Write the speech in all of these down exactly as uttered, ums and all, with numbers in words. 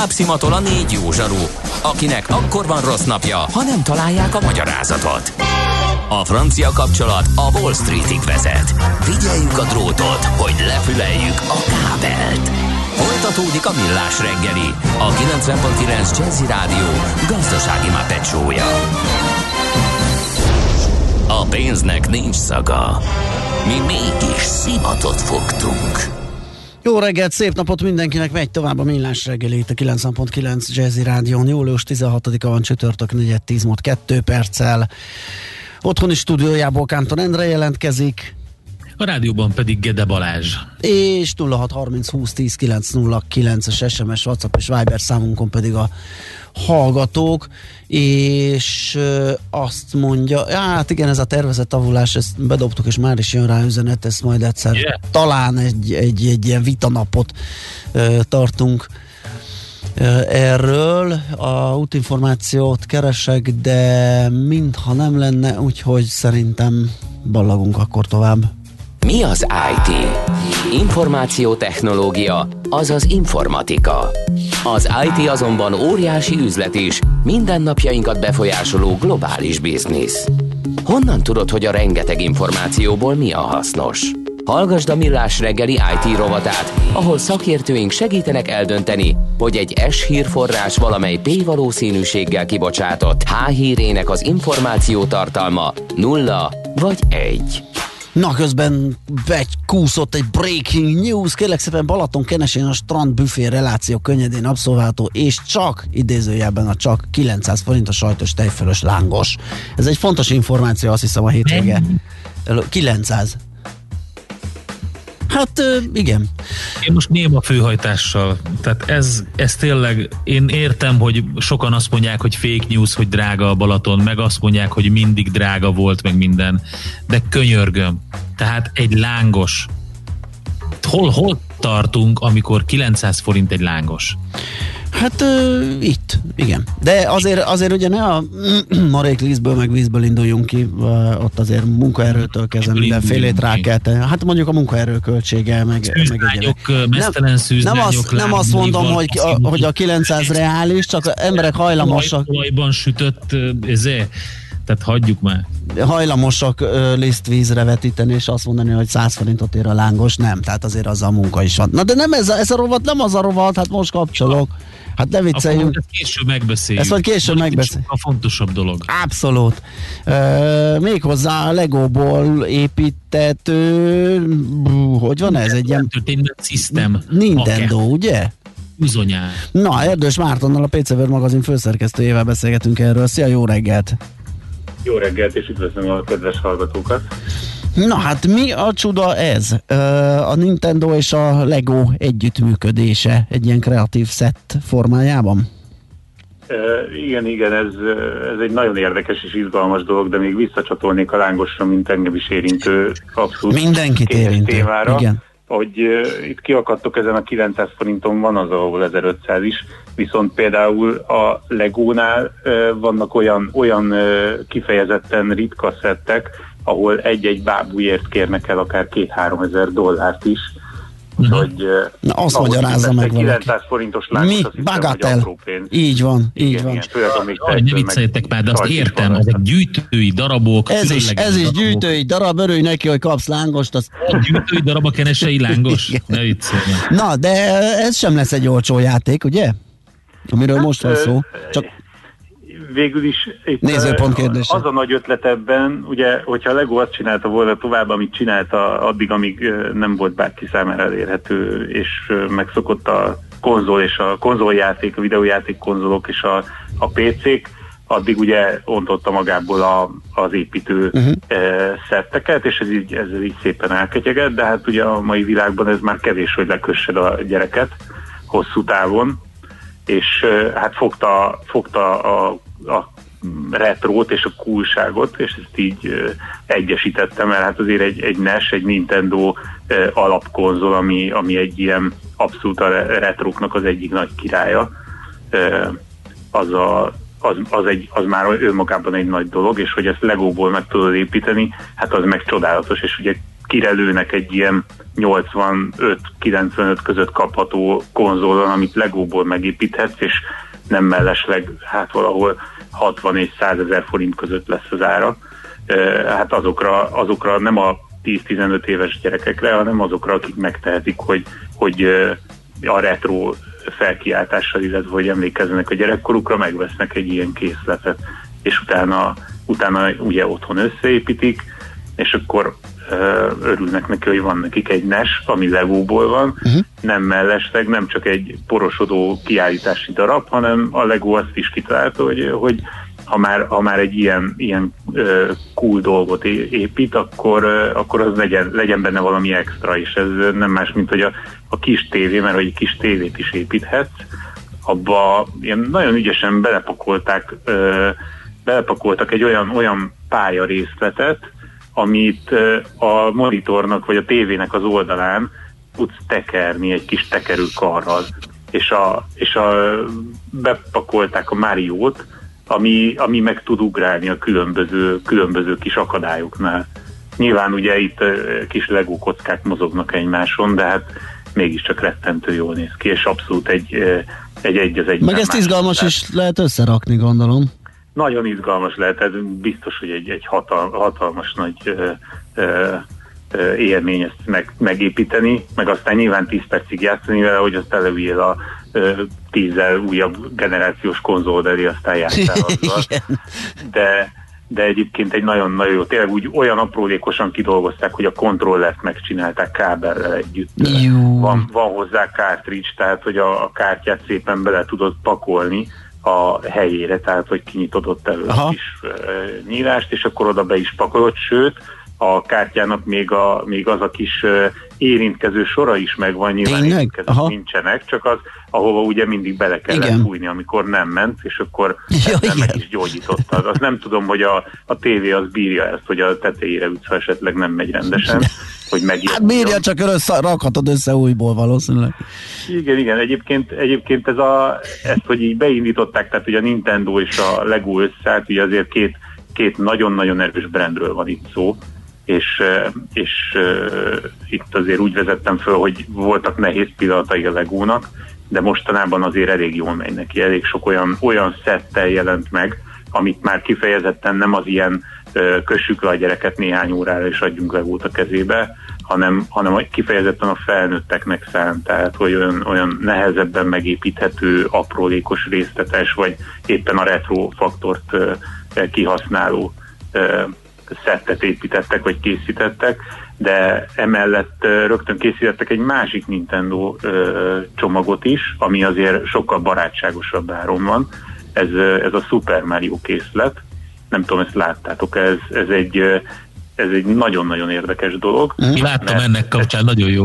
tovább szimatol a négy jó zsaru, akinek akkor van rossz napja, ha nem találják a magyarázatot. A francia kapcsolat a Wall Streetig vezet. Figyeljük a drótot, hogy lefüleljük a kábelt. Folytatódik a Millás reggeli, a kilencven pont kilenc Jazzy Rádió gazdasági mápecsója. A pénznek nincs szaga. Mi mégis szimatot fogtunk. Jó reggelt, szép napot mindenkinek, megy tovább a Millás reggeli itt a kilencven pont kilenc Jazzy Rádión. Július tizenhatodika van, csütörtök, negyed tíz múlt kettő perccel. Otthoni stúdiójából Kántor Endre jelentkezik. A rádióban pedig Gede Balázs. És nulla hat harminc húsz tíz kilenc nulla kilences es em es, WhatsApp és Viber számunkon pedig a hallgatók, és ö, azt mondja, já, hát igen, ez a tervezett tavulás, ezt bedobtuk, és már is jön rá üzenet, ezt majd egyszer yeah. talán egy, egy, egy ilyen vitanapot ö, tartunk ö, erről. A útinformációt keresek, de mintha nem lenne, úgyhogy szerintem ballagunk akkor tovább. Mi az i té? Információtechnológia, azaz informatika. Az i té azonban óriási üzlet is, mindennapjainkat befolyásoló globális biznisz. Honnan tudod, hogy a rengeteg információból mi a hasznos? Hallgasd a Millás reggeli i té rovatát, ahol szakértőink segítenek eldönteni, hogy egy S-hírforrás valamely P-valószínűséggel kibocsátott H-hírének az információ tartalma nulla vagy egy. Na, közben kúszott egy breaking news, kérlek szépen Balaton-Kenesén a strand büfé reláció könnyedén abszolválható, és csak, idézőjelben a csak kilencszáz forint a sajtos tejfölös lángos. Ez egy fontos információ, azt hiszem a hétvége. kilencszáz. Hát igen. Én most néma főhajtással. Tehát ez, ez tényleg, én értem, hogy sokan azt mondják, hogy fake news, hogy drága a Balaton, meg azt mondják, hogy mindig drága volt, meg minden. De könyörgöm. Tehát egy lángos. Hol, hol tartunk, amikor kilencszáz forint egy lángos? Hát uh, itt, igen. De azért, azért ugye ne a marék vízből meg vízből induljunk ki, uh, ott azért munkaerőtől kezdve mindenfélét rá kell tenni. Hát mondjuk a munkaerő költsége, meg, szűzlányok, meg mesztelen szűzlányok. Nem, azt, nem azt mondom, hogy a, hogy a kilencszáz reális, csak emberek hajlamosak. Olajban sütött, ezért, tehát hagyjuk már. Hajlamosak uh, lisztvízre vetíteni, és azt mondani, hogy száz forintot ér a lángos, nem, tehát azért az a munka is van. Na de nem ez a, ez a rovat, nem az a rovat, hát most kapcsolok. Hát ne vicceljünk. Akkor ezt később megbeszéljük. Ezt majd később megbeszéljük. A fontosabb dolog. Abszolút. Uh, méghozzá a Legóból építető, hogy van ez? Egy ilyen Entertainment System. Nintendo, okay. Ugye? Bizonyán. Na, Erdős Mártonnal, a pé cé World magazin főszerkesztőjével beszélgetünk erről. Szia, jó reggelt! Jó reggelt, és üdvözlöm a kedves hallgatókat! Na hát mi a csuda ez? A Nintendo és a Lego együttműködése egy ilyen kreatív szett formájában? Uh, igen, igen, ez, ez egy nagyon érdekes és izgalmas dolog, de még visszacsatolnék a lángosra, mint engem is érintő abszolút mindenkit érintő témára. Igen. Hogy uh, itt kiakadtok ezen a kilencszáz forinton, van az, ahol ezerötszáz is, viszont például a Legónál uh, vannak olyan, olyan uh, kifejezetten ritka szettek, ahol egy-egy bábúért kérnek el akár két-három ezer dollárt is. Uh-huh. Hogy, na azt magyarázza meg kilencszáz forintos lángos, mi? Bagatel. Így van, így igen, van. Igen, főleg, Aj, ne vicceljetek már, de azt értem, ezek gyűjtői darabok. Ez is, ez is gyűjtői darab, örülj neki, hogy kapsz lángost. Az... Gyűjtői darab a kenesei lángos? Ne viccelj. Na, de ez sem lesz egy olcsó játék, ugye? Amiről hát, most van szó. Csak végül is itt nézőpont kérdése. Az a nagy ötlet ebben, ugye, hogyha a Lego azt csinálta volna tovább, amit csinálta addig, amíg nem volt bárki számára elérhető, és megszokott a konzol és a konzoljáték, a videójáték konzolok és a, a pé cék, addig ugye ontotta magából a, az építő uh-huh. e, szetteket, és ez így, ez így szépen elketyegett, de hát ugye a mai világban ez már kevés, hogy lekössed a gyereket hosszú távon, és hát fogta, fogta a, a retrót és a coolságot, és ezt így egyesítettem, mert hát azért egy, egy en e es, egy Nintendo alapkonzol, ami, ami egy ilyen abszolút a retróknak az egyik nagy királya, az, a, az, az, egy, az már önmagában egy nagy dolog, és hogy ezt Legóból meg tudod építeni, hát az meg csodálatos, és ugye kirelőnek egy ilyen nyolcvanöt-kilencvenöt között kapható konzolon, amit Legóból megépíthetsz, és nem mellesleg hát valahol hatvan és százezer forint között lesz az ára. Hát azokra, azokra nem a tíz-tizenöt éves gyerekekre, hanem azokra, akik megtehetik, hogy, hogy a retro felkiáltással, illetve hogy emlékezzenek a gyerekkorukra, megvesznek egy ilyen készletet, és utána, utána ugye otthon összeépítik, és akkor örülnek neki, hogy van nekik egy en e es, ami Legóból van, uh-huh. nem mellesleg, nem csak egy porosodó kiállítási darab, hanem a Lego azt is kitalálta, hogy, hogy ha már, ha már egy ilyen, ilyen uh, cool dolgot épít, akkor, uh, akkor az legyen, legyen benne valami extra, és ez nem más, mint hogy a, a kis tévé, mert hogy egy kis tévét is építhetsz, abba ilyen nagyon ügyesen belepakolták, uh, belepakoltak egy olyan, olyan pálya részletet, amit a monitornak vagy a tévének az oldalán tudsz tekerni egy kis tekerőkarral. És, a, és a, bepakolták a Mariót, ami, ami meg tud ugrálni a különböző, különböző kis akadályoknál. Nyilván ugye itt kis Lego kockák mozognak egymáson, de hát mégiscsak rettentő jól néz ki, és abszolút egy egy, egy az egy. Meg ezt izgalmas lehet. Is lehet összerakni, gondolom. Nagyon izgalmas lehet, ez biztos, hogy egy, egy hatal, hatalmas nagy ö, ö, ö, élmény ezt meg, megépíteni, meg aztán nyilván tíz percig játszani vele, hogy azt előjél a ö, tízzel újabb generációs konzol elé, aztán játszál azzal. De, de egyébként egy nagyon-nagyon jó, tényleg úgy olyan aprólékosan kidolgozták, hogy a kontrollert megcsinálták kábellel együtt. Van, van hozzá cartridge, tehát hogy a, a kártyát szépen bele tudod pakolni a helyére, tehát hogy kinyitod ott elő a kis uh, nyílást, és akkor oda be is pakolod, sőt, a kártyának még, a, még az a kis uh, érintkező sora is megvan, nyilván érintkezők nincsenek, csak az, ahova ugye mindig bele kellett fújni, amikor nem ment, és akkor ja, nem meg is gyógyítottad. Az nem tudom, hogy a, a tévé az bírja ezt, hogy a tetejére ütsz, ha esetleg nem megy rendesen, hogy megírjon. Hát bírja, csak össze, rakhatod össze újból valószínűleg. Igen, igen, egyébként, egyébként ez a, ezt, hogy így beindították, tehát ugye a Nintendo és a Lego összeállt, ugye azért két, két nagyon-nagyon erős brandről van itt szó, és, és uh, itt azért úgy vezettem föl, hogy voltak nehéz pillanatai a Legónak, de mostanában azért elég jól megy neki, elég sok olyan, olyan szettel jelent meg, amit már kifejezetten nem az ilyen uh, kössük le a gyereket néhány órára és adjunk Legót a kezébe, hanem, hanem kifejezetten a felnőtteknek szánt, tehát hogy olyan, olyan nehezebben megépíthető, aprólékos részletes, vagy éppen a retro faktort uh, kihasználó uh, szettet építettek, vagy készítettek, de emellett rögtön készítettek egy másik Nintendo ö, csomagot is, ami azért sokkal barátságosabb áron van. Ez, ez a Super Mario készlet. Nem tudom, ezt láttátok, ez, ez egy ez egy nagyon-nagyon érdekes dolog. Láttam ennek kapcsán, nagyon jó.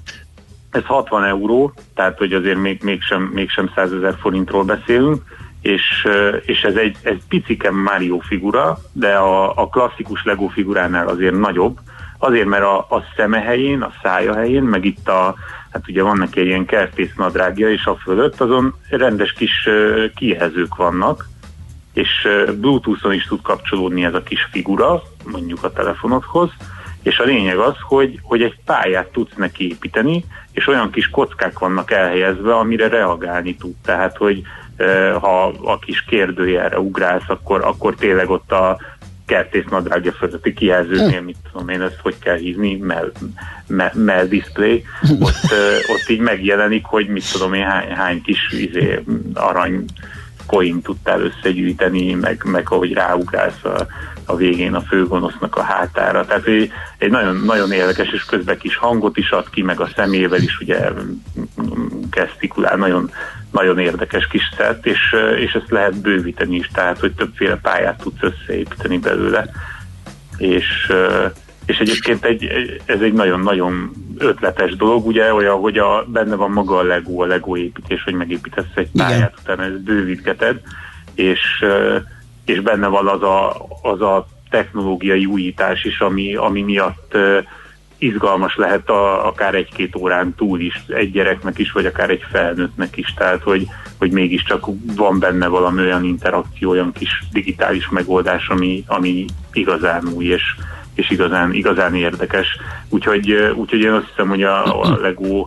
Ez hatvan euró, tehát hogy azért még, mégsem, mégsem százezer forintról beszélünk, és, és ez egy ez piciken Mario figura, de a, a klasszikus Lego figuránál azért nagyobb, azért, mert a, a szeme helyén, a szája helyén, meg itt a, hát ugye van neki egy ilyen kertésznadrágja, és a fölött azon rendes kis uh, kijelzők vannak, és uh, Bluetooth-on is tud kapcsolódni ez a kis figura, mondjuk a telefonodhoz, és a lényeg az, hogy, hogy egy pályát tudsz neki építeni, és olyan kis kockák vannak elhelyezve, amire reagálni tud. Tehát, hogy ha a kis kérdőjelre ugrálsz, akkor, akkor tényleg ott a kertésznadrágja fölötti kijelzőnél, mit tudom én, ezt hogy kell hívni, mell, mell, mell display, ott, ott így megjelenik, hogy mit tudom én, hány, hány kis izé, arany coin tudtál összegyűjteni, meg, meg ahogy ráugrálsz a, a végén a főgonosznak a hátára. Tehát egy, egy nagyon, nagyon érdekes, és közben kis hangot is ad ki, meg a szemével is ugye gesztikulál, nagyon, nagyon érdekes kis szett, és, és ezt lehet bővíteni is, tehát hogy többféle pályát tudsz összeépíteni belőle. És, és egyébként egy, ez egy nagyon-nagyon ötletes dolog, ugye olyan, hogy a, benne van maga a Lego, a Lego építés, hogy megépítesz egy pályát, igen, utána ezt bővítgeted, és, és benne van az a, az a technológiai újítás is, ami, ami miatt izgalmas lehet a, akár egy-két órán túl is, egy gyereknek is, vagy akár egy felnőttnek is, tehát hogy, hogy mégiscsak van benne valami olyan interakció, olyan kis digitális megoldás, ami, ami igazán új, és, és igazán, igazán érdekes. Úgyhogy, úgyhogy én azt hiszem, hogy a, a Lego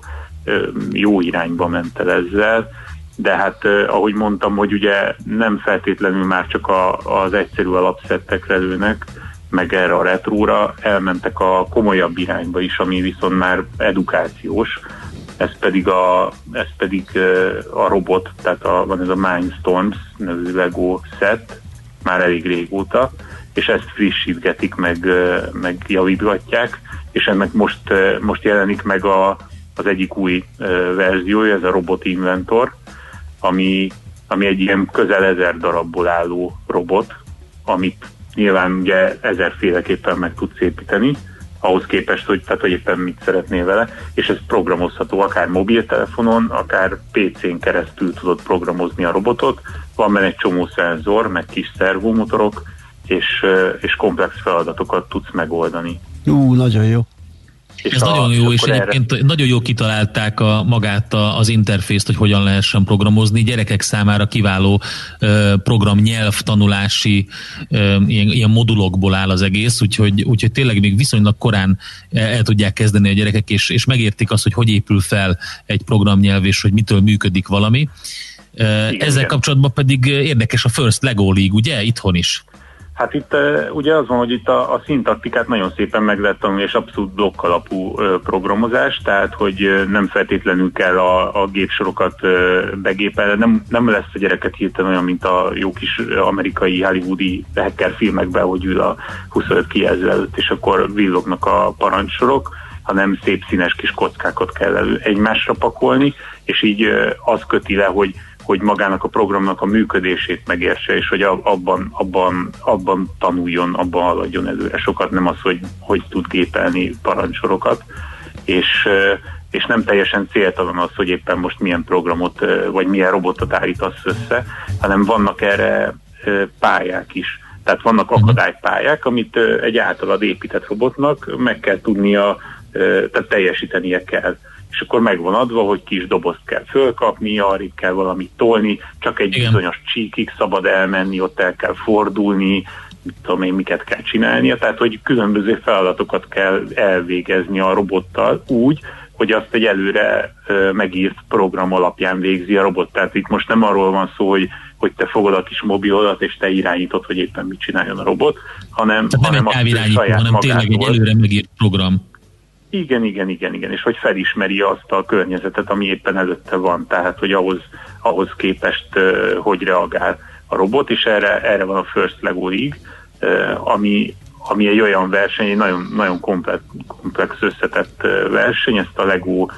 jó irányba ment el ezzel, de hát ahogy mondtam, hogy ugye nem feltétlenül már csak a, az egyszerű alapszettekre lőnek, meg erre a retróra, elmentek a komolyabb irányba is, ami viszont már edukációs, ez pedig a, ez pedig a robot, tehát a, van ez a Mindstorms nevű Lego set, már elég régóta, és ezt frissítgetik, meg, meg javítgatják, és ennek most, most jelenik meg a, az egyik új verziója, ez a Robot Inventor, ami, ami egy ilyen közel ezer darabból álló robot, amit nyilván ugye ezerféleképpen meg tudsz építeni, ahhoz képest, hogy, tehát, hogy éppen mit szeretnél vele, és ez programozható akár mobiltelefonon, akár pé cén keresztül tudod programozni a robotot, van benne egy csomó szenzor, meg kis szervomotorok, és, és komplex feladatokat tudsz megoldani. Ú, nagyon jó. És Ez a, nagyon jó, és egyébként erre... nagyon jó kitalálták a, magát a, az interfészt, hogy hogyan lehessen programozni. Gyerekek számára kiváló uh, programnyelv tanulási uh, ilyen, ilyen modulokból áll az egész, úgyhogy, úgyhogy tényleg még viszonylag korán el, el tudják kezdeni a gyerekek, és, és megértik azt, hogy hogy épül fel egy programnyelv, és hogy mitől működik valami. Uh, igen, ezzel igen. kapcsolatban pedig érdekes a First Lego League, ugye? Itthon is. Hát itt ugye az van, hogy itt a, a színtaktikát nagyon szépen meg lehet tanulni, és abszolút blokk alapú programozás, tehát hogy nem feltétlenül kell a, a gépsorokat begépelni, nem, nem lesz a gyereket hirtelen olyan, mint a jó kis amerikai hollywoodi hacker filmekben, hogy ül a huszonöt kijelző előtt, és akkor villognak a parancsorok, hanem szép színes kis kockákat kell elő egymásra pakolni, és így az köti le, hogy hogy magának a programnak a működését megértse, és hogy abban, abban, abban tanuljon, abban haladjon előre. Sokat nem az, hogy hogy tud gépelni parancsorokat, és, és nem teljesen céltalan az, hogy éppen most milyen programot, vagy milyen robotot állítasz össze, hanem vannak erre pályák is. Tehát vannak akadálypályák, amit egy általad épített robotnak meg kell tudnia, tehát teljesítenie kell. És akkor meg van adva, hogy kis dobozt kell fölkapni, arrébb kell valamit tolni, csak egy Igen. bizonyos csíkig szabad elmenni, ott el kell fordulni, mit tudom én, miket kell csinálnia, tehát hogy különböző feladatokat kell elvégezni a robottal úgy, hogy azt egy előre ö, megírt program alapján végzi a robot. Tehát itt most nem arról van szó, hogy, hogy te fogod a kis mobilodat, és te irányítod, hogy éppen mit csináljon a robot, hanem, tehát hanem nem egy távirányító, hanem tényleg egy előre megírt program. Igen, igen, igen, igen, és hogy felismeri azt a környezetet, ami éppen előtte van, tehát hogy ahhoz, ahhoz képest uh, hogy reagál a robot, és erre, erre van a First Lego League, uh, ami, ami egy olyan verseny, egy nagyon, nagyon komplex, komplex összetett uh, verseny, ezt a Lego, uh,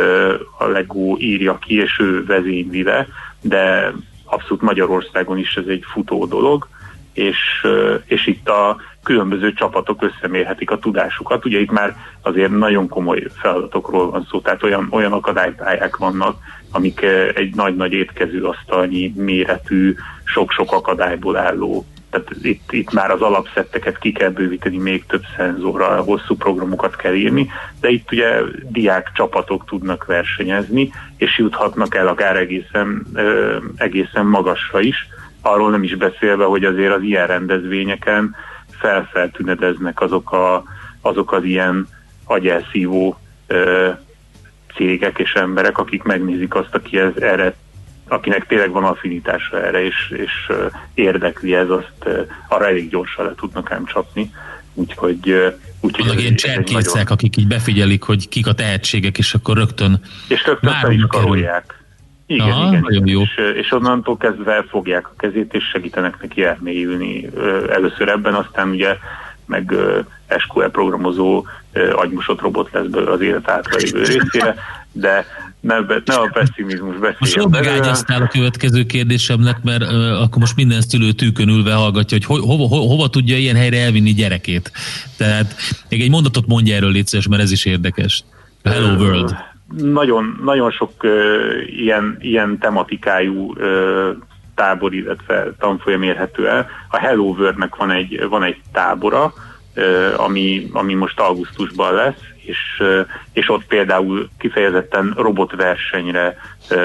a Lego írja ki, és ő vezényli le, de abszolút Magyarországon is ez egy futó dolog, és, uh, és itt a különböző csapatok összemérhetik a tudásukat. Ugye itt már azért nagyon komoly feladatokról van szó, tehát olyan, olyan akadálypályák vannak, amik egy nagy-nagy étkezőasztalnyi méretű, sok-sok akadályból álló. Tehát itt, itt már az alapszetteket ki kell bővíteni, még több szenzorral, hosszú programokat kell írni, de itt ugye diák csapatok tudnak versenyezni, és juthatnak el akár egészen, ö, egészen magasra is. Arról nem is beszélve, hogy azért az ilyen rendezvényeken felfeltünedeznek azok, a, azok az ilyen agyelszívó ö, cégek és emberek, akik megnézik azt, aki ez, erre, akinek tényleg van affinitása erre, és, és ö, érdekli ez, azt ö, arra elég gyorsan le tudnak ám csapni. Úgyhogy... Ö, úgy, vannak ilyen cserkészek, nagyon... akik így befigyelik, hogy kik a tehetségek, és akkor rögtön és rögtön fel is karolják. Igen, Aha, igen, igen. És, és onnantól kezdve fogják a kezét, és segítenek neki elmélyülni először ebben, aztán ugye meg es kú el programozó agymosott robot lesz belőle az élet általában részére, de ne, ne a pessimizmus beszéljen. Most jól megágyaztál a következő kérdésemnek, mert uh, akkor most minden szülő tűkön ülve hallgatja, hogy ho, ho, ho, hova tudja ilyen helyre elvinni gyerekét. Tehát még egy mondatot mondja erről, légy szíves, mert ez is érdekes. Hello World. Nagyon, nagyon sok uh, ilyen, ilyen tematikájú uh, tábor, illetve tanfolyam érhető el. A Hello World-nek van egy, van egy tábora, uh, ami, ami most augusztusban lesz, és, uh, és ott például kifejezetten robotversenyre, uh,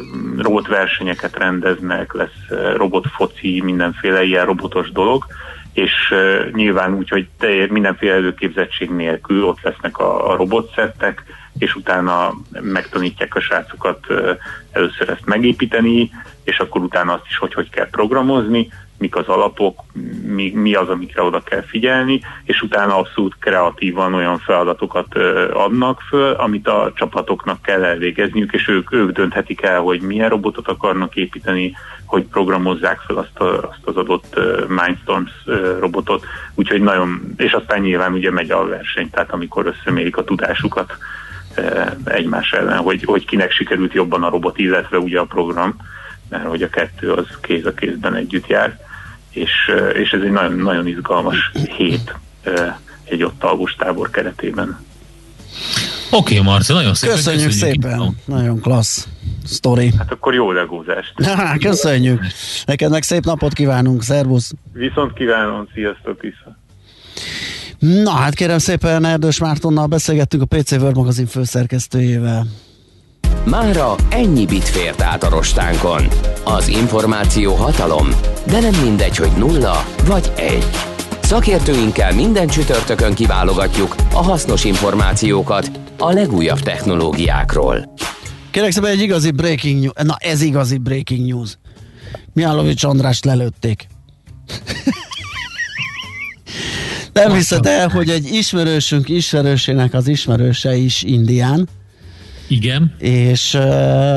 robotversenyeket rendeznek, lesz uh, robotfoci, mindenféle ilyen robotos dolog, és uh, nyilván úgy, hogy mindenféle előképzettség nélkül ott lesznek a, a robotszettek, és utána megtanítják a srácokat uh, először ezt megépíteni, és akkor utána azt is, hogy hogy kell programozni, mik az alapok, mi, mi az, amikre oda kell figyelni, és utána abszolút kreatívan olyan feladatokat uh, adnak föl, amit a csapatoknak kell elvégezniük, és ők, ők dönthetik el, hogy milyen robotot akarnak építeni, hogy programozzák fel azt, a, azt az adott uh, Mindstorms uh, robotot, úgyhogy nagyon, és aztán nyilván ugye megy a verseny, tehát amikor összemérik a tudásukat uh, egymás ellen, hogy, hogy kinek sikerült jobban a robot, illetve ugye a program, mert hogy a kettő az kéz a kézben együtt jár, és, és ez egy nagyon, nagyon izgalmas hét egy ott alvós tábor keretében. Oké, okay, Marci, nagyon szépen köszönjük. Köszönjük szépen, itt. Nagyon klassz sztori. Hát akkor jó legózást. Köszönjük. Neked meg szép napot kívánunk, szervusz. Viszont kívánom, sziasztok vissza. Na hát kérem szépen, Erdős Mártonnal beszélgettünk, a pé cé World magazin főszerkesztőjével. Mára ennyi bit fért át a rostánkon. Az információ hatalom, de nem mindegy, hogy nulla vagy egy. Szakértőinkkel minden csütörtökön kiválogatjuk a hasznos információkat a legújabb technológiákról. Kérlek szépen, egy igazi breaking news. Na ez igazi breaking news. Mihálovics Andrást lelőtték. Nem hiszed el, hogy egy ismerősünk ismerősének az ismerőse is indián. Igen. És uh,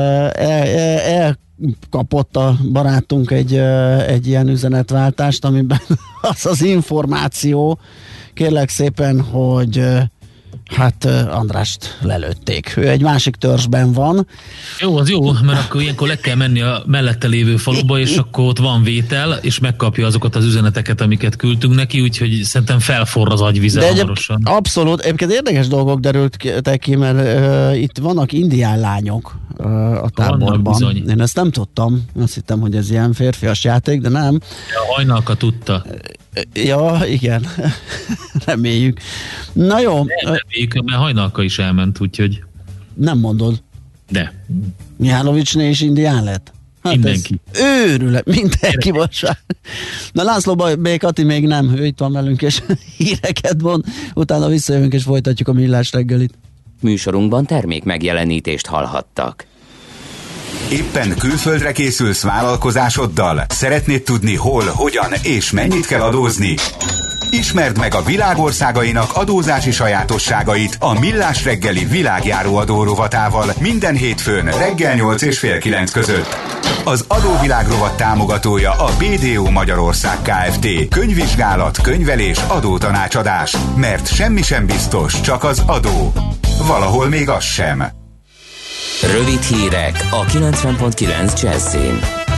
elkapott el, el a barátunk egy, uh, egy ilyen üzenetváltást, amiben az az információ, kérlek szépen, hogy uh, hát uh, Andrást lelőtték. Ő egy másik törzsben van. Jó, az jó, mert akkor ilyenkor le kell menni a mellette lévő faluba, és akkor ott van vétel, és megkapja azokat az üzeneteket, amiket küldtünk neki, úgyhogy szerintem felforr az agyvize hamarosan. Abszolút. Egyébként érdekes dolgok derültek ki, mert uh, itt vannak indián lányok uh, a táborban. Én ezt nem tudtam. Azt hittem, hogy ez ilyen férfias játék, de nem. A Hajnalka tudta. Ja, igen. Reméljük. Na jó. Nem, reméljük, mert Hajnalka is elment, úgyhogy... Nem mondod. De. Mihálovicsné is indián lett? Hát mindenki. Őrület, mindenki most. Na László B. Kati még nem, ő itt van velünk, és híreket mond. Utána visszajövünk, és folytatjuk a Millás reggelit. Műsorunkban termék megjelenítést hallhattak. Éppen külföldre készülsz vállalkozásoddal? Szeretnéd tudni hol, hogyan és mennyit kell adózni? Ismerd meg a világországainak adózási sajátosságait a Millás reggeli világjáró adó rovatával minden hétfőn reggel nyolc és fél kilenc között. Az adóvilág rovat támogatója a bé dé o Magyarország Kft. Könyvvizsgálat, könyvelés, adótanácsadás. Mert semmi sem biztos, csak az adó. Valahol még az sem. Rövid hírek a kilencven pont kilenc Jazzin.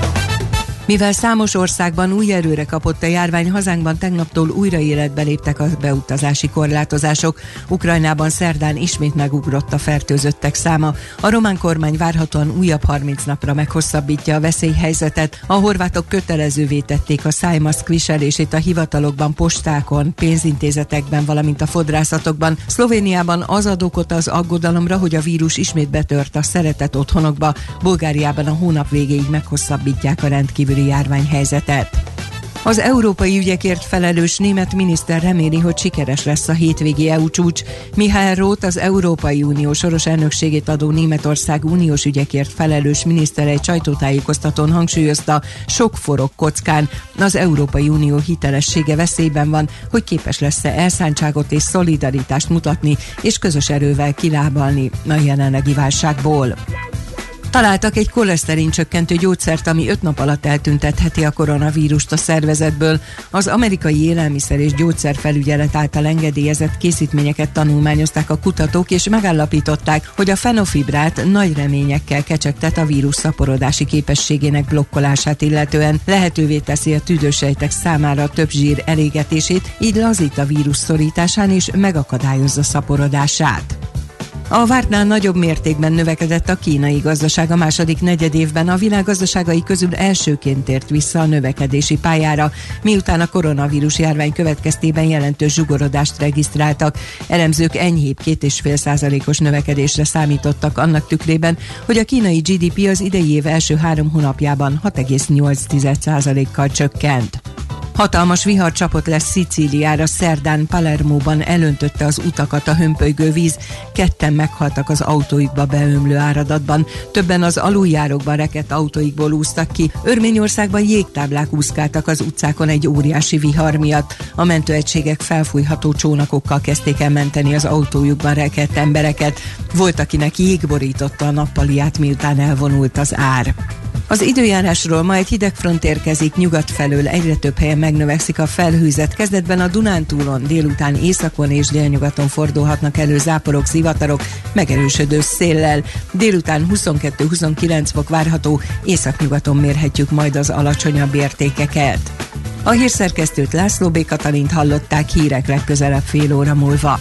Mivel számos országban új erőre kapott a járvány, hazánkban tegnaptól újra életbe léptek a beutazási korlátozások. Ukrajnában szerdán ismét megugrott a fertőzöttek száma. A román kormány várhatóan újabb harminc napra meghosszabbítja a veszélyhelyzetet. A horvátok kötelezővé tették a szájmaszk viselését a hivatalokban, postákon, pénzintézetekben, valamint a fodrászatokban. Szlovéniában az ad okot az aggodalomra, hogy a vírus ismét betört a szeretett otthonokba. Bulgáriában a hónap végéig meghosszabbítják a rendkívül járványhelyzetet. Az európai ügyekért felelős német miniszter reméli, hogy sikeres lesz a hétvégi é u csúcs. Mihály Roth, az Európai Unió soros elnökségét adó Németország uniós ügyekért felelős miniszter egy sajtótájékoztatón hangsúlyozta, sok forog kockán. Az Európai Unió hitelessége veszélyben van, hogy képes lesz-e elszántságot és szolidaritást mutatni, és közös erővel kilábalni a jelenlegi válságból. Találtak egy koleszterin csökkentő gyógyszert, ami öt nap alatt eltüntetheti a koronavírust a szervezetből. Az amerikai élelmiszer és gyógyszerfelügyelet által engedélyezett készítményeket tanulmányozták a kutatók, és megállapították, hogy a fenofibrát nagy reményekkel kecsegtet a vírus szaporodási képességének blokkolását illetően. Lehetővé teszi a tüdősejtek számára a több zsír elégetését, így lazít a vírus szorításán és megakadályozza szaporodását. A vártnál nagyobb mértékben növekedett a kínai gazdaság a második negyedévben, a világ gazdaságai közül elsőként tért vissza a növekedési pályára, miután a koronavírus járvány következtében jelentős zsugorodást regisztráltak. Elemzők enyhébb két egész öt százalékos növekedésre számítottak annak tükrében, hogy a kínai gé dé pé az idei év első három hónapjában hat egész nyolc százalékkal csökkent. Hatalmas vihar csapott le Szicíliára szerdán, Palermóban elöntötte az utakat a hömpölygő víz, ketten meghaltak az autóikba beömlő áradatban, többen az aluljárókban rekedt autóikból úsztak ki. Örményországban jégtáblák úszkáltak az utcákon egy óriási vihar miatt. A mentőegységek felfújható csónakokkal kezdték el menteni az autójukban rekedt embereket. Volt, akinek jég borította a nappaliát, miután elvonult az ár. Az időjárásról: ma egy hideg front érkezik nyugat felől, egyre több helyen megnövekszik a felhőzet. Kezdetben a Dunántúlon, délután északon és délnyugaton fordulhatnak elő záporok, zivatarok, megerősödő széllel. Délután huszonkettő-huszonkilenc fok várható, északnyugaton mérhetjük majd az alacsonyabb értékeket. A hírszerkesztőt, László B. Katalint hallották, hírek legközelebb fél óra múlva.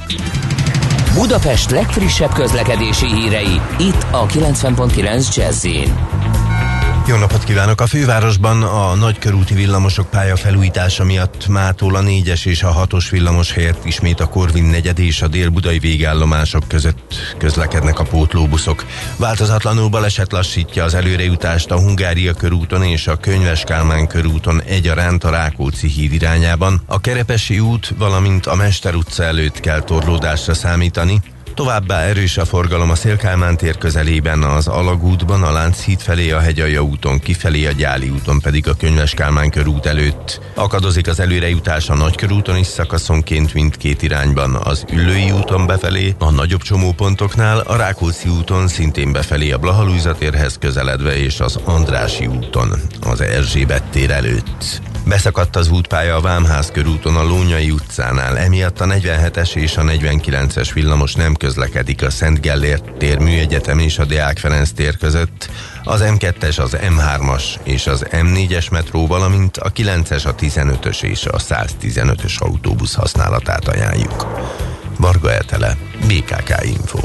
Budapest legfrissebb közlekedési hírei, itt a kilencven pont kilenc Jazz-in. Jó napot kívánok! A fővárosban a nagykörúti villamosok pályafelújítása miatt mától a négyes és a hatos villamos helyett ismét a Korvin negyed és a dél-budai végállomások között közlekednek a pótlóbuszok. Változatlanul baleset lassítja az előrejutást a Hungária körúton és a Könyves Kálmán körúton egyaránt a Rákóczi híd irányában. A Kerepesi út, valamint a Mester utca előtt kell torlódásra számítani. Továbbá erős a forgalom a Széll-Kálmán tér közelében, az Alagútban, a Lánchíd felé, a Hegyalja úton kifelé, a Gyáli úton pedig a Könyves Kálmán körút előtt. Akadozik az előrejutás a Nagykörúton is szakaszonként mindkét irányban, az Üllői úton befelé, a nagyobb csomópontoknál, a Rákóczi úton szintén befelé a Blaha-Lujza térhez közeledve és az Andrássy úton, az Erzsébet tér előtt. Beszakadt az útpálya a Vámház körúton a Lónyai utcánál, emiatt a negyvenhetes és a negyvenkilences villamos nem közlekedik a Szent Gellért tér, Műegyetem és a Deák Ferenc tér között, az em kettes, az em hármas és az em négyes metró, valamint a kilences, a tizenötös és a száztizenötös autóbusz használatát ajánljuk. Varga Etele, bé ká ká Info.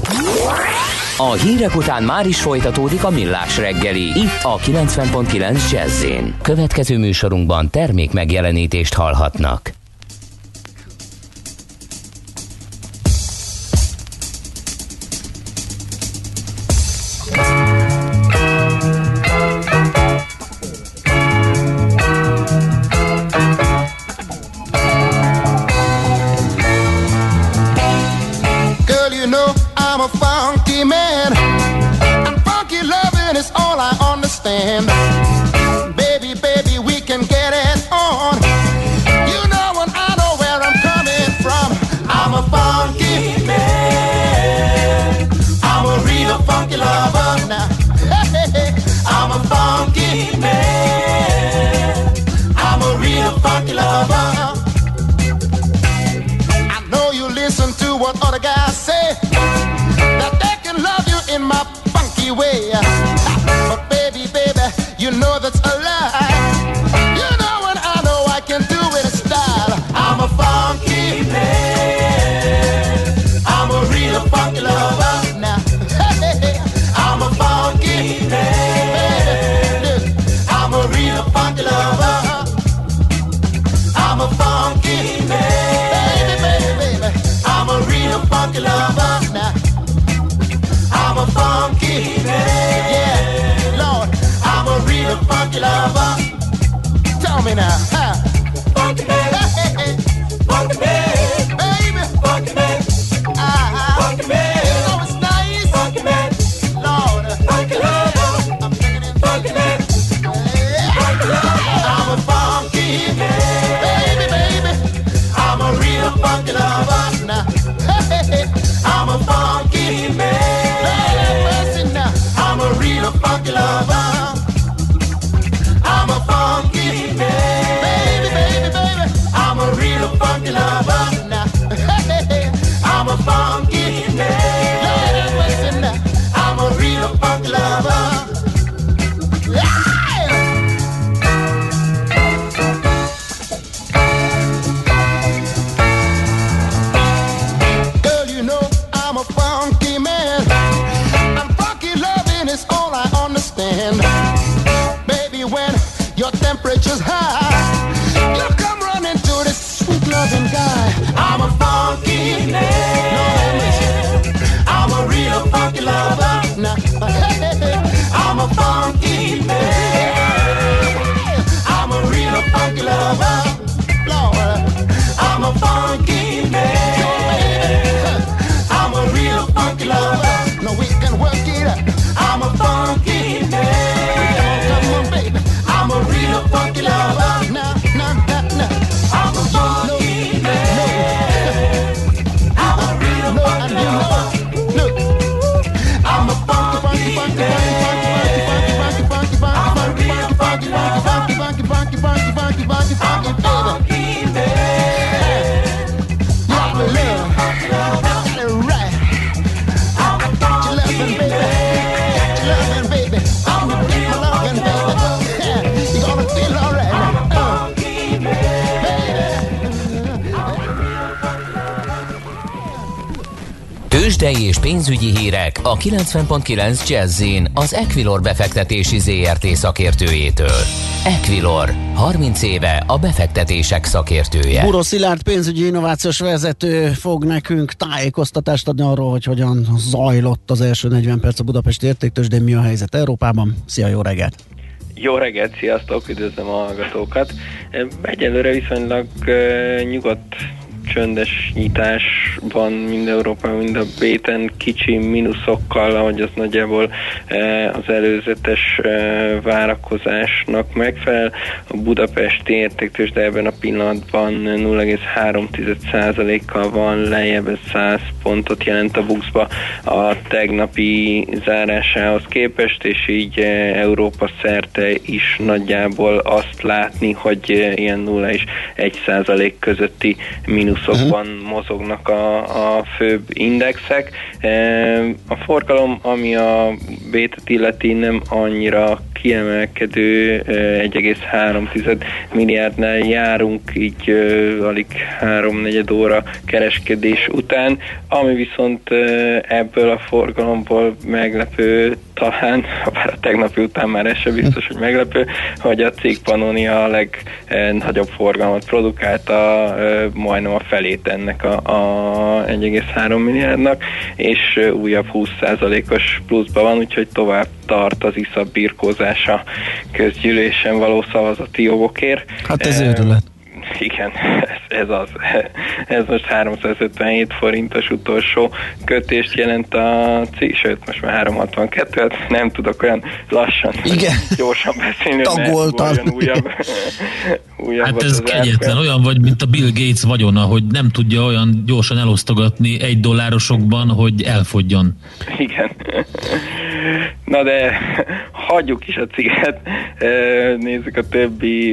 A hírek után már is folytatódik a Millás reggeli, itt a kilencven pont kilenc Jazz-in. Következő műsorunkban termék megjelenítést hallhatnak. Baby, baby, we can get it on. You know and I know where I'm coming from. I'm a funky man. I'm a real funky lover now. Hey, hey, I'm a funky man. I'm a real funky lover. I know you listen to what other guys say, that they can love you in my funky way. But baby, baby, you know that's a lie. You know and I know I can do it in style. I'm a funky man. I'm a real funky lover now. Hey, I'm a funky man. I'm a real funky lover. I'm a funky man. Baby, baby, baby, I'm a real funky lover now. I'm a funky man. Yeah, Lord, I'm a real funky lover. Tell me now, huh? Funky man, hey, hey, funky man, baby, funky man, ah, funky man, you know it's nice, funky man, Lord, funky lover, I'm thinking it, funky man, yeah. Funky lover, I'm a funky man, baby, baby, I'm a real funky lover now, hey, hey, I'm a funky man, Lord have mercy now, I'm a real funky lover. I'm a funky man, baby, baby, baby. I'm a real funky lover now. I'm a funky man, Lord have mercy now. I'm a real funky lover. Yeah! Girl, you know I'm a funky man, and funky loving is all I understand. When your temperature's high, you come running to this sweet loving guy. I'm a funky man. I'm a real funky lover. Now, I'm a funky man. I'm a real funky lover. Tőzsdei és pénzügyi hírek a kilencven pont kilenc Jazz-in az Equilor befektetési zé er té szakértőjétől. Equilor, harminc éve a befektetések szakértője. Buró Szilárd pénzügyi innovációs vezető fog nekünk tájékoztatást adni arról, hogy hogyan zajlott az első negyven perc a budapesti értéktőzsdén, mi a helyzet Európában. Szia, jó reggelt! Jó reggelt, sziasztok, üdvözlöm a hallgatókat. Egyelőre viszonylag uh, nyugodt, csöndes nyitás van mind Európában, mind a béten, kicsi mínuszokkal, ahogy az nagyjából az előzetes várakozásnak megfelel. A budapesti értéktőzsde ebben a pillanatban nulla egész három százalékkal van lejjebb, ez száz pontot jelent a buxba a tegnapi zárásához képest, és így Európa szerte is nagyjából azt látni, hogy ilyen nulla és egy százalék közötti mínusz szokban mozognak a, a főbb indexek. A forgalom, ami a bétet illeti, nem annyira kiemelkedő, egy egész három milliárdnál járunk, így alig háromnegyed óra kereskedés után, ami viszont ebből a forgalomból meglepő talán, bár a tegnapi után már ez sem biztos, hogy meglepő, hogy a cég Pannonia a legnagyobb forgalmat produkálta, majdnem a felét ennek a, a egy egész három milliárdnak, és újabb húsz százalékos pluszban van, úgyhogy tovább tart az iszap birkózása közgyűlésen való szavazati jogokért. Hát ez őrület. Igen, ez, ez az. Ez most háromszázötvenhét forintos utolsó kötést jelent a cég, sőt, most már háromszázhatvankettő, hát nem tudok olyan lassan, igen, gyorsan beszélni, tagoltam. Újabb, újabb hát ez kegyetlen, olyan vagy, mint a Bill Gates vagyona, hogy nem tudja olyan gyorsan elosztogatni egy dollárosokban, hogy elfogjon. Igen. Na de hagyjuk is a ciget, nézzük a többi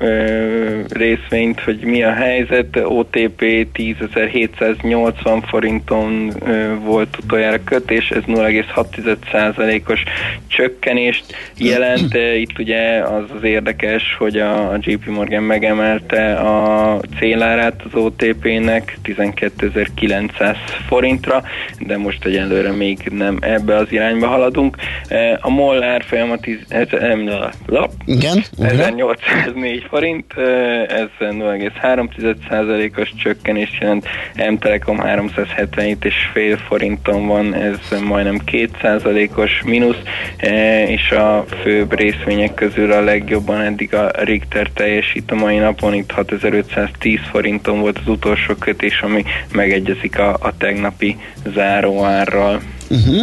részvényt, hogy mi a helyzet. o té pé tízezer-hétszáznyolcvan forinton volt utoljára kötés, ez nulla egész hat százalékos csökkenést jelent. Itt ugye az az érdekes, hogy a jé pé Morgan megemelte a célárát az o té pének tizenkétezer-kilencszáz forintra, de most egyelőre még nem ebbe az irányba haladunk. A MOL árfolyama ezernyolcszáznégy forint, ez nulla egész három százalékos csökkenést jelent, M-Telekom háromszázhetvenhét egész öt forinton van, ez majdnem két százalékos mínusz, és a főbb részvények közül a legjobban eddig a Richter teljesít a mai napon, itt hatezer-ötszáztíz forinton volt az utolsó kötés, ami megegyezik a, a tegnapi záróárral. Uh-huh.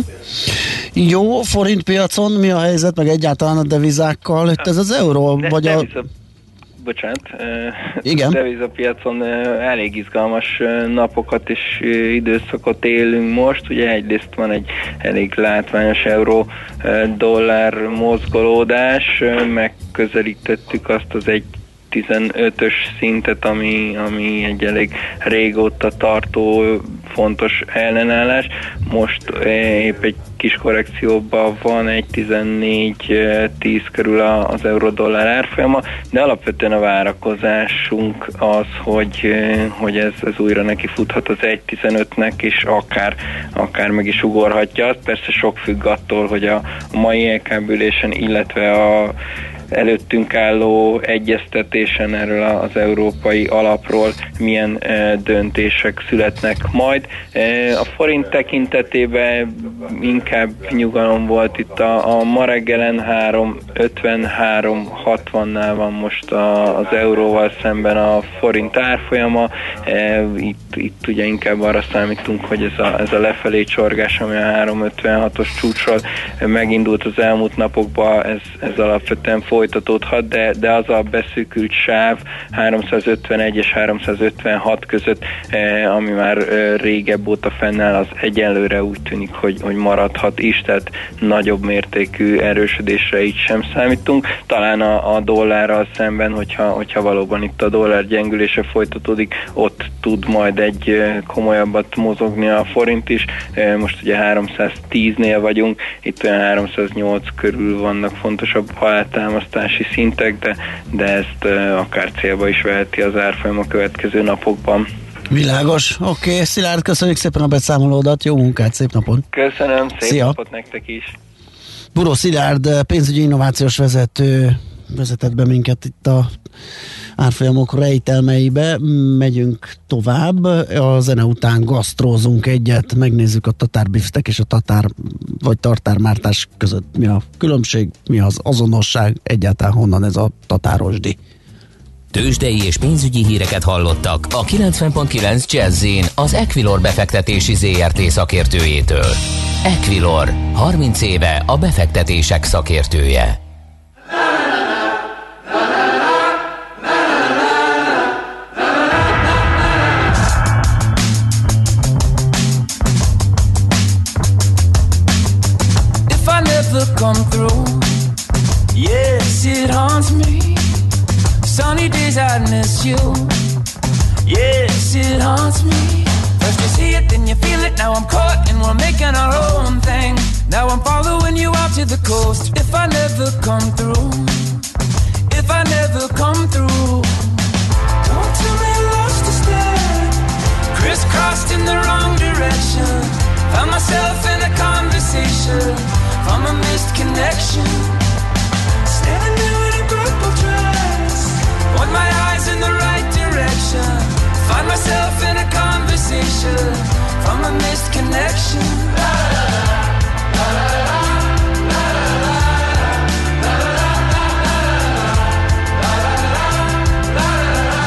Jó, forintpiacon mi a helyzet, meg egyáltalán a devizákkal? Itt ez az euró, De, vagy a... Deviza, bocsánat. Igen. A devizapiacon elég izgalmas napokat és időszakot élünk most. Ugye egyrészt van egy elég látványos euró-dollár mozgolódás, megközelítettük azt az egy tizenötös szintet, ami, ami egy elég régóta tartó fontos ellenállás. Most épp egy kis korrekcióban van, egy tizennégy tíz körül az euró-dollár árfolyama, de alapvetően a várakozásunk az, hogy, hogy ez, ez újra neki futhat az egy tizenötnek, és akár, akár meg is ugorhatja. Az persze sok függ attól, hogy a mai é ká bé-ülésen, illetve a előttünk álló egyeztetésen erről az európai alapról milyen e, döntések születnek majd. E, a forint tekintetében inkább nyugalom volt itt a, a ma reggelen három ötven három hatvannál van most a, az euróval szemben a forint árfolyama. E, itt, itt ugye inkább arra számítunk, hogy ez a, ez a lefelé csorgás, ami a három ötvenhatos csúcsról megindult az elmúlt napokban, ez, ez alapvetően folytatódhat, de, de az a beszűkült sáv háromszázötvenegy és háromszázötvenhat között, eh, ami már eh, régebb óta fennáll, az egyenlőre úgy tűnik, hogy, hogy maradhat is, tehát nagyobb mértékű erősödésre így sem számítunk. Talán a, a dollárral szemben, hogyha, hogyha valóban itt a dollár gyengülése folytatódik, ott tud majd egy eh, komolyabbat mozogni a forint is. Eh, most ugye háromszáztíznél vagyunk, itt olyan háromszáznyolc körül vannak fontosabb alátámasztási szintek, de, de ezt uh, akár célba is veheti az árfolyam a következő napokban. Világos. Oké, okay. Szilárd, köszönjük szépen a beszámolódat, jó munkát, szép napot. Köszönöm, szép Szia. napot nektek is. Buró Szilárd, pénzügyi innovációs vezető vezetett be minket itt a árfolyamok rejtelmeibe. Megyünk tovább, a zene után gasztrózunk egyet, megnézzük a tatárbifftek és a tatár vagy tartármártás között mi a különbség, mi az azonosság, egyáltalán honnan ez a tatárosdi. Tőzsdei és pénzügyi híreket hallottak a kilencven pont kilenc Jazz-in az Equilor befektetési zé er té szakértőjétől. Equilor, harminc éve a befektetések szakértője. If I never come through, yes, it haunts me. Sunny days I miss you. Yes, it haunts me. First you see it, then you feel it. Now I'm caught and we're making our own thing. Now I'm following you out to the coast. If I never come through, if I never come through, don't tell me I lost a step. Crisscrossed in the wrong direction. Found myself in a conversation from a missed connection. Standing there in a purple dress. Point my eyes in the right direction. Find myself in a conversation from a missed connection. La, la, la, la, la, la, la, la, la, la,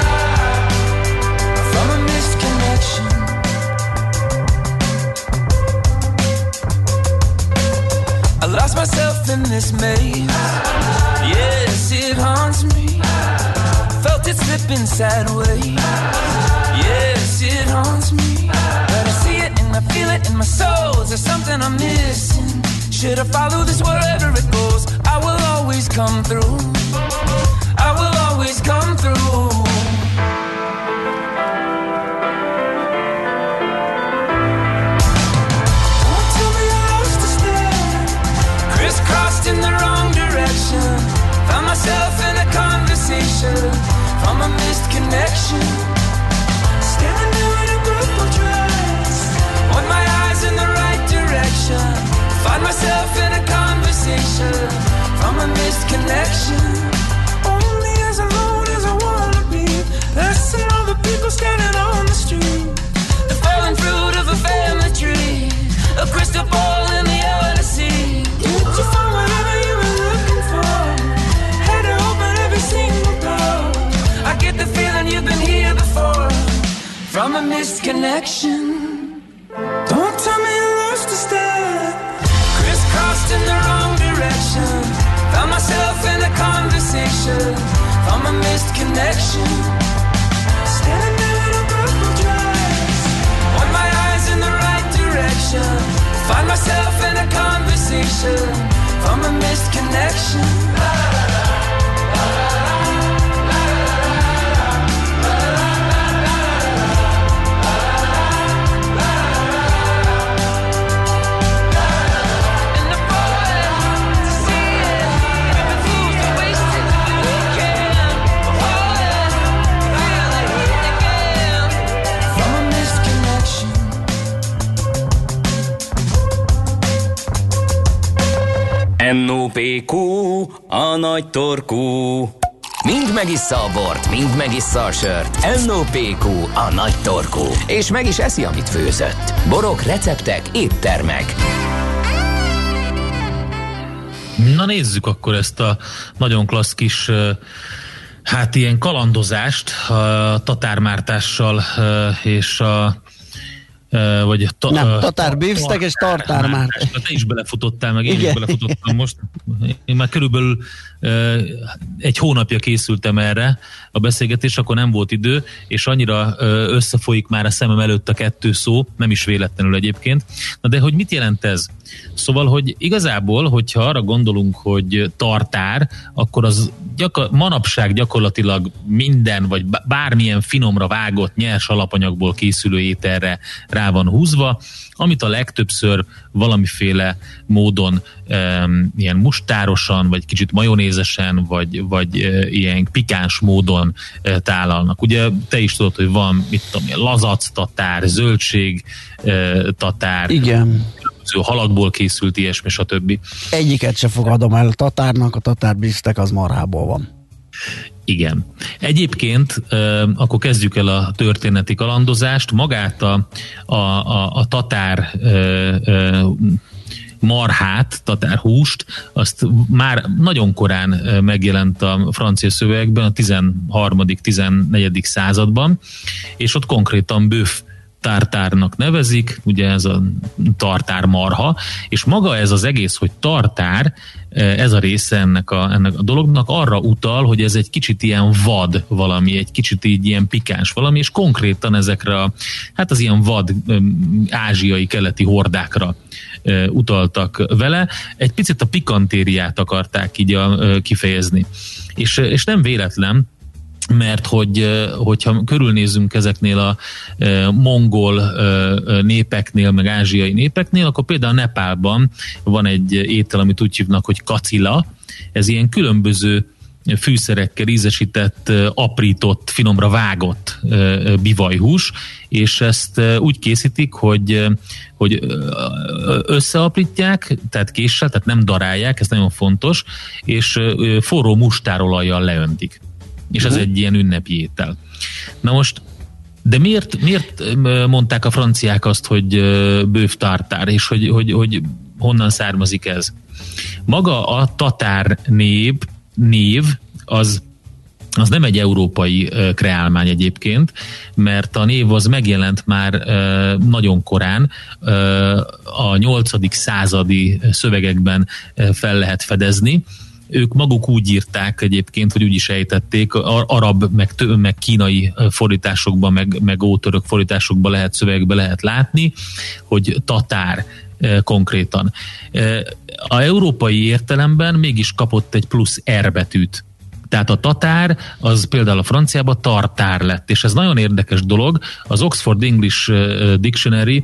from a missed connection. I lost myself in this maze. Yes, it haunts me. Felt it slipping sideways. Yes, it haunts me. But I see it and I feel it in my soul. Is there something I'm missing? Should I follow this wherever it goes? I will always come through. I will always come through. Don't tell me I lost a step. Crisscrossed in the wrong direction. Found myself in a conversation from a missed connection. Standing there in a purple dress. Point my eyes in the right direction. Find myself in a conversation from a missed connection. Only as alone as I wanna be. Less than all the people standing on the street. The fallen fruit of a family tree. A crystal ball in the Odyssey. Did you find whatever you were looking for? Had to open every single door. I get the feeling you've been here before. From a missed connection. Don't tell me I lost a step. Crisscrossed in the wrong direction. Found myself in a conversation from a missed connection. Standing there in a purple dress. Point my eyes in the right direction. Find myself in a conversation from a missed connection. La, la, la, la, la, la. em o pé kú, a nagy torkú. Mind megissza a bort, mind megissza a sört. em o pé kú, a nagy torkú. És meg is eszi, amit főzött. Borok, receptek, éttermek. Na nézzük akkor ezt a nagyon klassz kis, hát ilyen kalandozást a tatármártással és a vagy ta, nem, tatárbifftek és tartármártás. Te is belefutottál, meg én Igen. is belefutottam most. Én már körülbelül egy hónapja készültem erre a beszélgetés, akkor nem volt idő, és annyira összefolyik már a szemem előtt a kettő szó, nem is véletlenül egyébként. Na de hogy mit jelent ez? Szóval, hogy igazából, hogyha arra gondolunk, hogy tartár, akkor az gyakor- manapság gyakorlatilag minden, vagy bármilyen finomra vágott nyers alapanyagból készülő ételre rá van húzva, amit a legtöbbször valamiféle módon um, ilyen mustárosan, vagy kicsit majonézesen, vagy, vagy uh, ilyen pikáns módon uh, tálalnak. Ugye te is tudod, hogy van, mit tudom, lazac tatár, zöldség uh, tatár, igen, halakból készült ilyesmi, stb. Egyiket se fogadom el tatárnak, a tatárbisztek az marhából van. Igen. Egyébként akkor kezdjük el a történeti kalandozást. Magát a, a, a, a tatár marhát, tatárhúst, azt már nagyon korán megjelent a francia szövegekben, a tizenharmadik-tizennegyedik században, és ott konkrétan bőf tartárnak nevezik, ugye ez a tartár marha, és maga ez az egész, hogy tartár, ez a része ennek a, ennek a dolognak arra utal, hogy ez egy kicsit ilyen vad valami, egy kicsit így ilyen pikáns valami, és konkrétan ezekre a, hát az ilyen vad ázsiai, keleti hordákra utaltak vele. Egy picit a pikantériát akarták így a, kifejezni. És, és nem véletlen, mert hogy, hogyha körülnézünk ezeknél a mongol népeknél, meg ázsiai népeknél, akkor például Nepálban van egy étel, amit úgy hívnak, hogy kacila. Ez ilyen különböző fűszerekkel ízesített, aprított, finomra vágott bivajhús, és ezt úgy készítik, hogy, hogy összeaprítják, tehát késsel, tehát nem darálják, ez nagyon fontos, és forró mustárolajjal leöntik. És ez egy ilyen ünnepi étel. Na most, de miért, miért mondták a franciák azt, hogy bőf tartár, és hogy, hogy, hogy honnan származik ez? Maga a tatár név, név az, az nem egy európai kreálmány egyébként, mert a név az megjelent már nagyon korán, a nyolcadik századi szövegekben fel lehet fedezni. Ők maguk úgy írták egyébként, hogy úgy is ejtették, arab, meg, meg kínai fordításokban, meg, meg ótörök fordításokban lehet, szövegekben lehet látni, hogy tatár konkrétan. A európai értelemben mégis kapott egy plusz R betűt. Tehát a tatár, az például a franciában tartár lett, és ez nagyon érdekes dolog. Az Oxford English Dictionary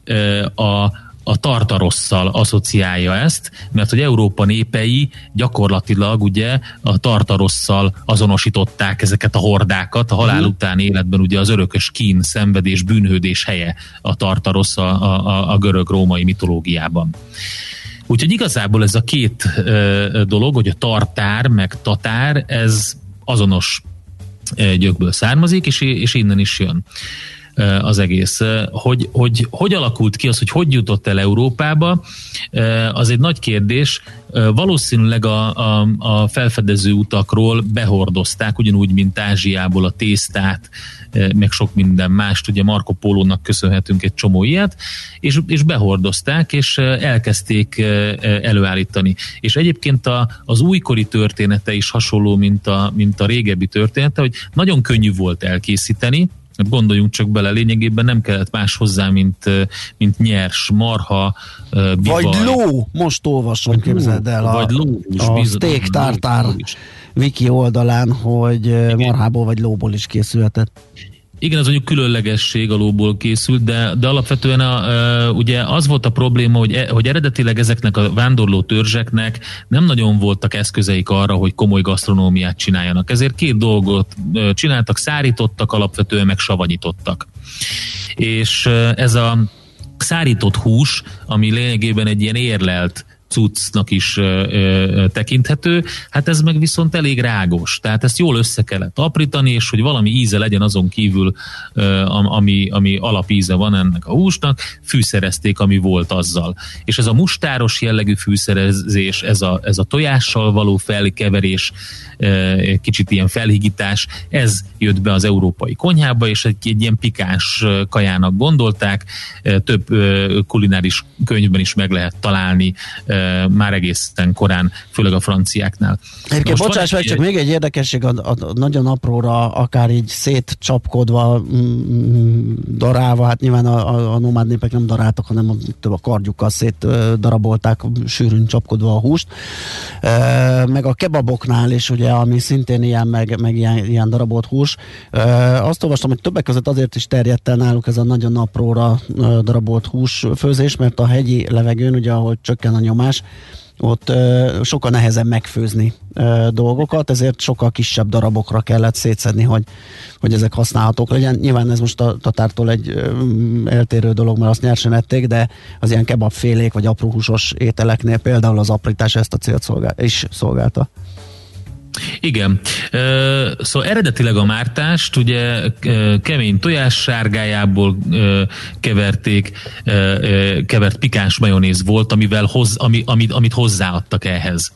a a tartarosszal asszociálja ezt, mert hogy Európa népei gyakorlatilag ugye a tartarosszal azonosították ezeket a hordákat, a halál után életben ugye az örökös kín, szenvedés, bűnhődés helye a tartarosz a, a, a görög-római mitológiában. Úgyhogy igazából ez a két ö, dolog, hogy a tartár meg tatár, ez azonos ö, gyökből származik, és, és innen is jön az egész. Hogy, hogy hogy alakult ki az, hogy hogy jutott el Európába, az egy nagy kérdés. Valószínűleg a, a, a felfedező utakról behordozták, ugyanúgy, mint Ázsiából a tésztát, meg sok minden mást, ugye Marco Pólónak köszönhetünk egy csomó ilyet, és, és behordozták, és elkezdték előállítani. És egyébként a, az újkori története is hasonló, mint a, mint a régebbi története, hogy nagyon könnyű volt elkészíteni. Gondoljunk csak bele, lényegében nem kellett más hozzá, mint, mint nyers, marha, bivaj. Vagy ló, most olvasom, vagy képzeld el a, vagy ló, a steak tartár wiki oldalán, hogy igen, marhából vagy lóból is készülhetett. Igen, az mondjuk különlegesség, a lóból készült, de, de alapvetően a, ugye az volt a probléma, hogy, e, hogy eredetileg ezeknek a vándorló törzseknek nem nagyon voltak eszközeik arra, hogy komoly gasztronómiát csináljanak. Ezért két dolgot csináltak, szárítottak, alapvetően meg savanyítottak. És ez a szárított hús, ami lényegében egy ilyen érlelt cuccnak is ö, ö, tekinthető, hát ez meg viszont elég rágos, tehát ezt jól össze kellett aprítani, és hogy valami íze legyen azon kívül, ö, ami, ami alapíze van ennek a húsnak, fűszerezték, ami volt azzal. És ez a mustáros jellegű fűszerezés, ez a, ez a tojással való felkeverés, ö, kicsit ilyen felhigítás, ez jött be az európai konyhába, és egy, egy ilyen pikáns kajának gondolták, több ö, kulináris könyvben is meg lehet találni ö, már egészen korán, főleg a franciáknál. Egyébként bocsáss meg, csak még egy érdekesség, a, a, a nagyon apróra, akár így szétcsapkodva, mm, darálva, hát nyilván a, a, a nomád népek nem daráltak, hanem a, több a kardjukkal szétdarabolták, sűrűn csapkodva a húst. E, meg a kebaboknál is, ugye, ami szintén ilyen, meg, meg ilyen, ilyen darabolt hús. E, azt olvastam, hogy többek között azért is terjedt el náluk ez a nagyon apróra darabolt húsfőzés, mert a hegyi levegőn, ugye, ahogy csökken a nyomás, ott ö, sokkal nehezebb megfőzni ö, dolgokat, ezért sokkal kisebb darabokra kellett szétszedni, hogy, hogy ezek használhatók legyen. Nyilván ez most a tatártól egy ö, eltérő dolog, mert azt nyersen ették, de az ilyen kebabfélék vagy apróhúsos ételeknél például az aprítás ezt a célt szolgál, is szolgálta. Igen. Szóval eredetileg a mártást ugye kemény tojás sárgájából keverték, kevert pikáns majonéz volt, amivel hoz, ami, amit, amit hozzáadtak ehhez.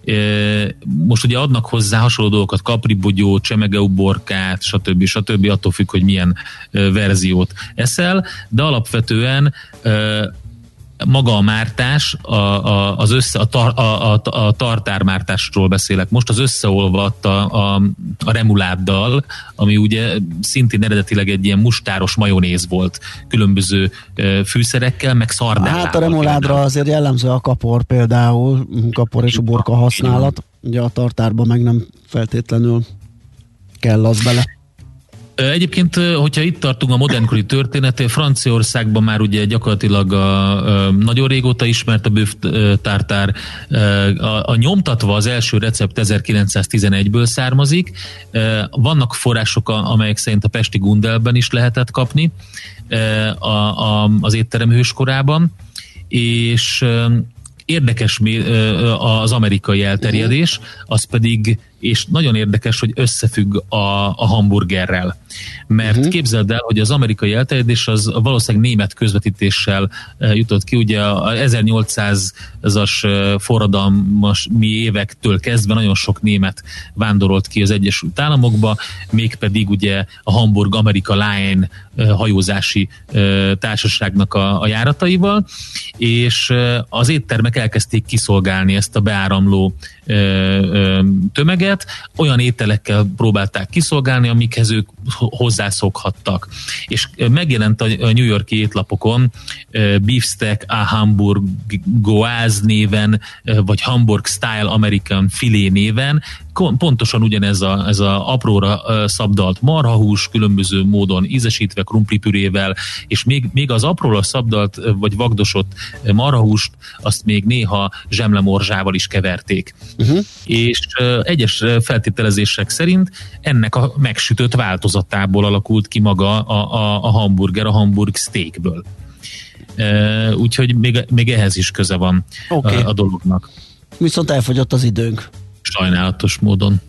Most ugye adnak hozzá hasonló dolgokat, kapribogyó, csemegeuborkát, stb. stb. Attól függ, hogy milyen verziót eszel, de alapvetően maga a mártás, a, a, az össze, a, tar, a, a, a tartármártásról beszélek most, az összeolvadt a, a, a remuláddal, ami ugye szintén eredetileg egy ilyen mustáros majonéz volt, különböző e, fűszerekkel, meg szardellával. Hát a remuládra például azért jellemző a kapor például, kapor és uborka használat, ugye a tartárban meg nem feltétlenül kell az bele. Egyébként, hogyha itt tartunk a modernkori történetél, Franciaországban már ugye gyakorlatilag a, a, nagyon régóta ismert a bőf tartár. A, a nyomtatva az első recept ezerkilencszáztizenegyből származik. Vannak források, amelyek szerint a pesti Gundelben is lehetett kapni a, a, az étterem hőskorában, és érdekes az amerikai elterjedés, az pedig, és nagyon érdekes, hogy összefügg a, a hamburgerrel. Mert uh-huh. képzeld el, hogy az amerikai elterjedés az valószínűleg német közvetítéssel jutott ki, ugye a ezernyolcszázas forradalmas mi évektől kezdve nagyon sok német vándorolt ki az Egyesült Államokba, mégpedig ugye a Hamburg America Line hajózási társaságnak a, a járataival, és az éttermek elkezdték kiszolgálni ezt a beáramló tömeget, olyan ételekkel próbálták kiszolgálni, amikhez ők hozzászokhattak. És megjelent a New York-i étlapokon beefsteak a hamburgoise néven, vagy Hamburg Style American Filet néven, pontosan ugyanez a, ez a apróra szabdalt marhahús, különböző módon ízesítve krumplipürével, és még, még az apróra szabdalt vagy vagdosott marhahúst, azt még néha zsemlemorzsával is keverték. Uh-huh. És uh, egyes feltételezések szerint ennek a megsütött változatából alakult ki maga a, a, a hamburger, a Hamburg steakből. Uh, úgyhogy még, még ehhez is köze van okay. a, a dolognak. Viszont elfogyott az időnk. Sajnálatos módon.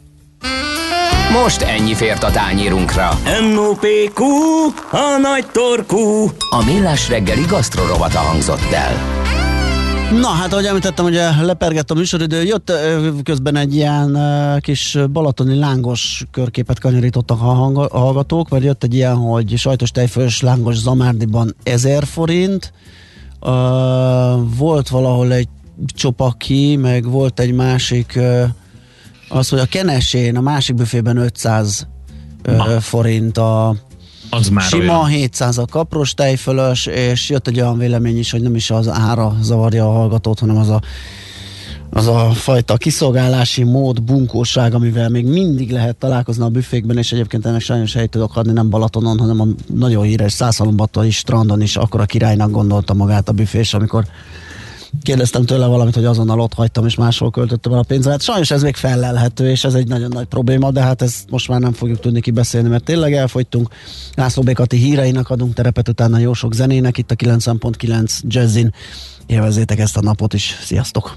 Most ennyi fért a tányérunkra. em o pé kú, a nagy torkú. A Millás reggeli gasztrorovata hangzott el. Na, hát ahogy említettem, ugye lepergett a műsoridő, jött közben egy ilyen kis balatoni lángos körképet kanyarítottak a hallgatók, vagy jött egy ilyen, hogy sajtos tejfölös lángos Zamárdiban ezer forint, uh, volt valahol egy csopaki, meg volt egy másik, uh, az, hogy a Kenesén, a másik büfében ötszáz uh, forint a az már sima, olyan. hétszáz a kapros tejfölös, és jött egy olyan vélemény is, hogy nem is az ára zavarja a hallgatót, hanem az a, az a fajta kiszolgálási mód, bunkóság, amivel még mindig lehet találkozni a büfékben, és egyébként ennek sajnos helyt tudok adni, nem Balatonon, hanem a nagyon híres Szászhalombattali strandon is akkora királynak gondolta magát a büfés, amikor kérdeztem tőle valamit, hogy azonnal ott hagytam, és máshol költöttem el a pénzemet. Sajnos ez még fellelhető, és ez egy nagyon nagy probléma, de hát ezt most már nem fogjuk tudni kibeszélni, mert tényleg elfogytunk. László B. Kati híreinek adunk terepet, utána jó sok zenének itt a kilencven pont kilenc Jazzin. Élvezzétek ezt a napot is. Sziasztok!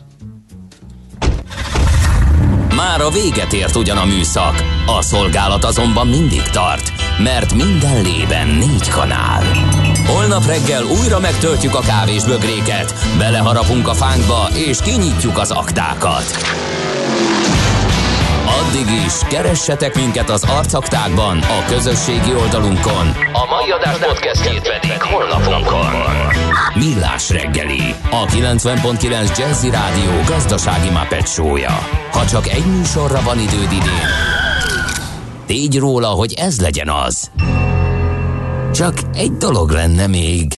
Már a véget ért ugyan a műszak, a szolgálat azonban mindig tart, mert minden lében négy kanál. Holnap reggel újra megtöltjük a kávésbögréket, beleharapunk a fánkba és kinyitjuk az aktákat. Addig is, keressetek minket az arcaktákban, a közösségi oldalunkon. A mai adás podcastjét pedig honlapunkon. Millás reggeli, a kilencven pont kilenc Jazzy Rádió gazdasági Muppet show-ja. Ha csak egy műsorra van időd idén, tégy róla, hogy ez legyen az. Csak egy dolog lenne még.